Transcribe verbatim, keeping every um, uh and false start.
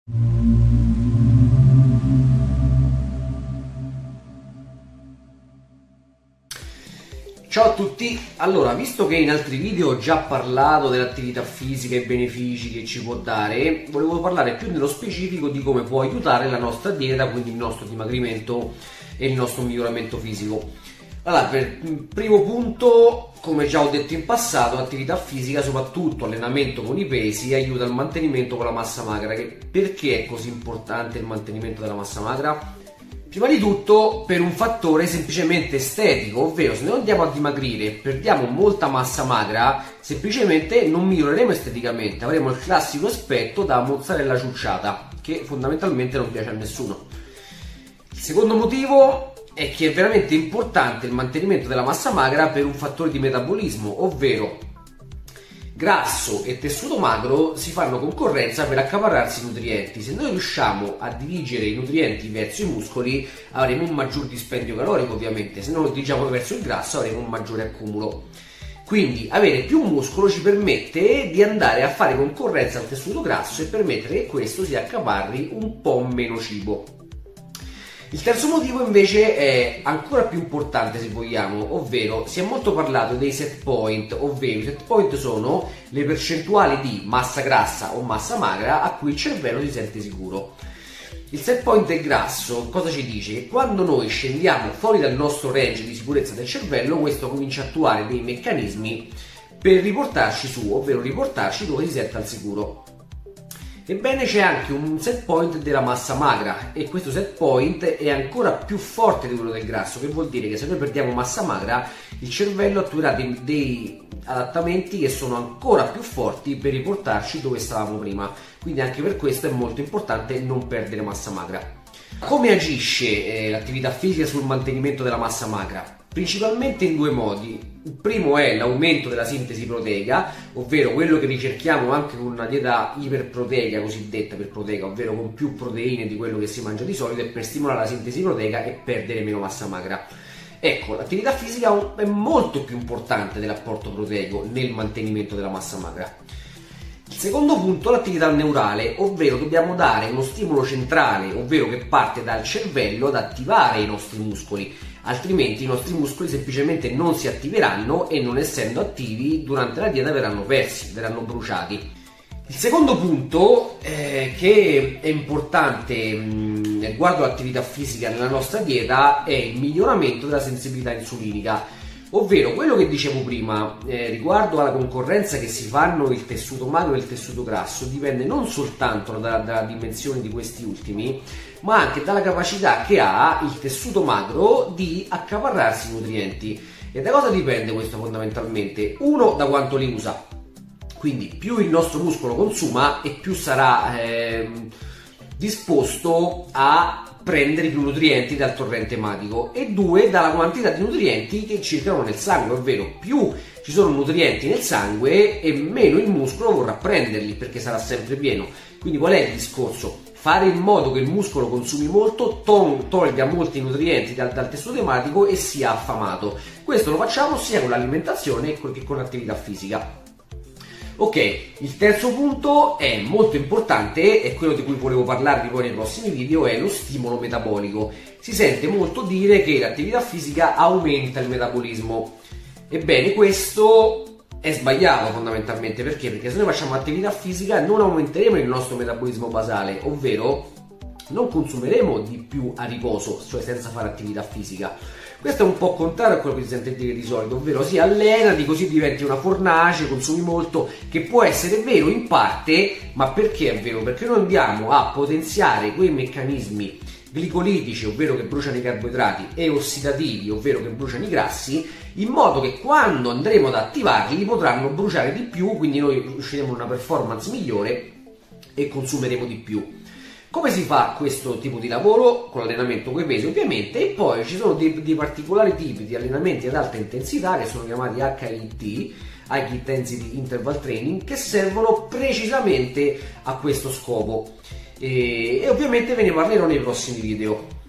Ciao a tutti, allora visto che in altri video ho già parlato dell'attività fisica e i benefici che ci può dare, volevo parlare più nello specifico di come può aiutare la nostra dieta, quindi il nostro dimagrimento e il nostro miglioramento fisico. Allora, per primo punto, come già ho detto in passato, l'attività fisica, soprattutto allenamento con i pesi, aiuta al mantenimento con la massa magra. Che perché è così importante il mantenimento della massa magra? Prima di tutto per un fattore semplicemente estetico, ovvero se noi andiamo a dimagrire e perdiamo molta massa magra, semplicemente non miglioreremo esteticamente, avremo il classico aspetto da mozzarella ciucciata, che fondamentalmente non piace a nessuno. Il secondo motivo è che è veramente importante il mantenimento della massa magra per un fattore di metabolismo, ovvero grasso e tessuto magro si fanno concorrenza per accaparrarsi i nutrienti. Se noi riusciamo a dirigere i nutrienti verso i muscoli avremo un maggior dispendio calorico, ovviamente. Se noi lo dirigiamo verso il grasso avremo un maggiore accumulo. Quindi avere più muscolo ci permette di andare a fare concorrenza al tessuto grasso e permettere che questo si accaparri un po' meno cibo. Il terzo motivo invece è ancora più importante, se vogliamo, ovvero si è molto parlato dei set point, ovvero i set point sono le percentuali di massa grassa o massa magra a cui il cervello si sente sicuro. Il set point del grasso cosa ci dice? Che quando noi scendiamo fuori dal nostro range di sicurezza del cervello, questo comincia a attuare dei meccanismi per riportarci su, ovvero riportarci dove si sente al sicuro. Ebbene, c'è anche un set point della massa magra e questo set point è ancora più forte di quello del grasso, che vuol dire che se noi perdiamo massa magra il cervello attuerà dei, dei adattamenti che sono ancora più forti per riportarci dove stavamo prima, quindi anche per questo è molto importante non perdere massa magra. Come agisce eh, l'attività fisica sul mantenimento della massa magra? Principalmente in due modi. Il primo è l'aumento della sintesi proteica, ovvero quello che ricerchiamo anche con una dieta iperproteica cosiddetta, per proteica, ovvero con più proteine di quello che si mangia di solito, e per stimolare la sintesi proteica e perdere meno massa magra. Ecco, l'attività fisica è molto più importante dell'apporto proteico nel mantenimento della massa magra. Il secondo punto è l'attività neurale, ovvero dobbiamo dare uno stimolo centrale, ovvero che parte dal cervello, ad attivare i nostri muscoli, altrimenti i nostri muscoli semplicemente non si attiveranno e, non essendo attivi, durante la dieta verranno persi, verranno bruciati. Il secondo punto eh, che è importante mh, riguardo all'attività fisica nella nostra dieta è il miglioramento della sensibilità insulinica, ovvero quello che dicevo prima eh, riguardo alla concorrenza che si fanno il tessuto magro e il tessuto grasso. Dipende non soltanto da, dalla dimensione di questi ultimi, ma anche dalla capacità che ha il tessuto magro di accaparrarsi i nutrienti. E da cosa dipende questo fondamentalmente? Uno, da quanto li usa, quindi più il nostro muscolo consuma e più sarà eh, disposto a prendere più nutrienti dal torrente ematico, e due, dalla quantità di nutrienti che circolano nel sangue, ovvero più ci sono nutrienti nel sangue e meno il muscolo vorrà prenderli perché sarà sempre pieno. Quindi qual è il discorso? Fare in modo che il muscolo consumi molto, to- tolga molti nutrienti dal, dal tessuto ematico e sia affamato. Questo lo facciamo sia con l'alimentazione che con l'attività fisica. Ok, il terzo punto è molto importante, è quello di cui volevo parlarvi poi nei prossimi video, è lo stimolo metabolico. Si sente molto dire che l'attività fisica aumenta il metabolismo. Ebbene, questo è sbagliato fondamentalmente. Perché? Perché se noi facciamo attività fisica non aumenteremo il nostro metabolismo basale, ovvero non consumeremo di più a riposo, cioè senza fare attività fisica. Questo è un po' contrario a quello che si sente dire di solito, ovvero si allenati così diventi una fornace, consumi molto, che può essere vero in parte, ma perché è vero? Perché noi andiamo a potenziare quei meccanismi glicolitici, ovvero che bruciano i carboidrati, e ossidativi, ovvero che bruciano i grassi, in modo che quando andremo ad attivarli li potranno bruciare di più, quindi noi riusciremo a una performance migliore e consumeremo di più. Come si fa questo tipo di lavoro? Con l'allenamento coi pesi, ovviamente, e poi ci sono dei, dei particolari tipi di allenamenti ad alta intensità che sono chiamati H I I T, High Intensity Interval Training, che servono precisamente a questo scopo, e, e ovviamente ve ne parlerò nei prossimi video.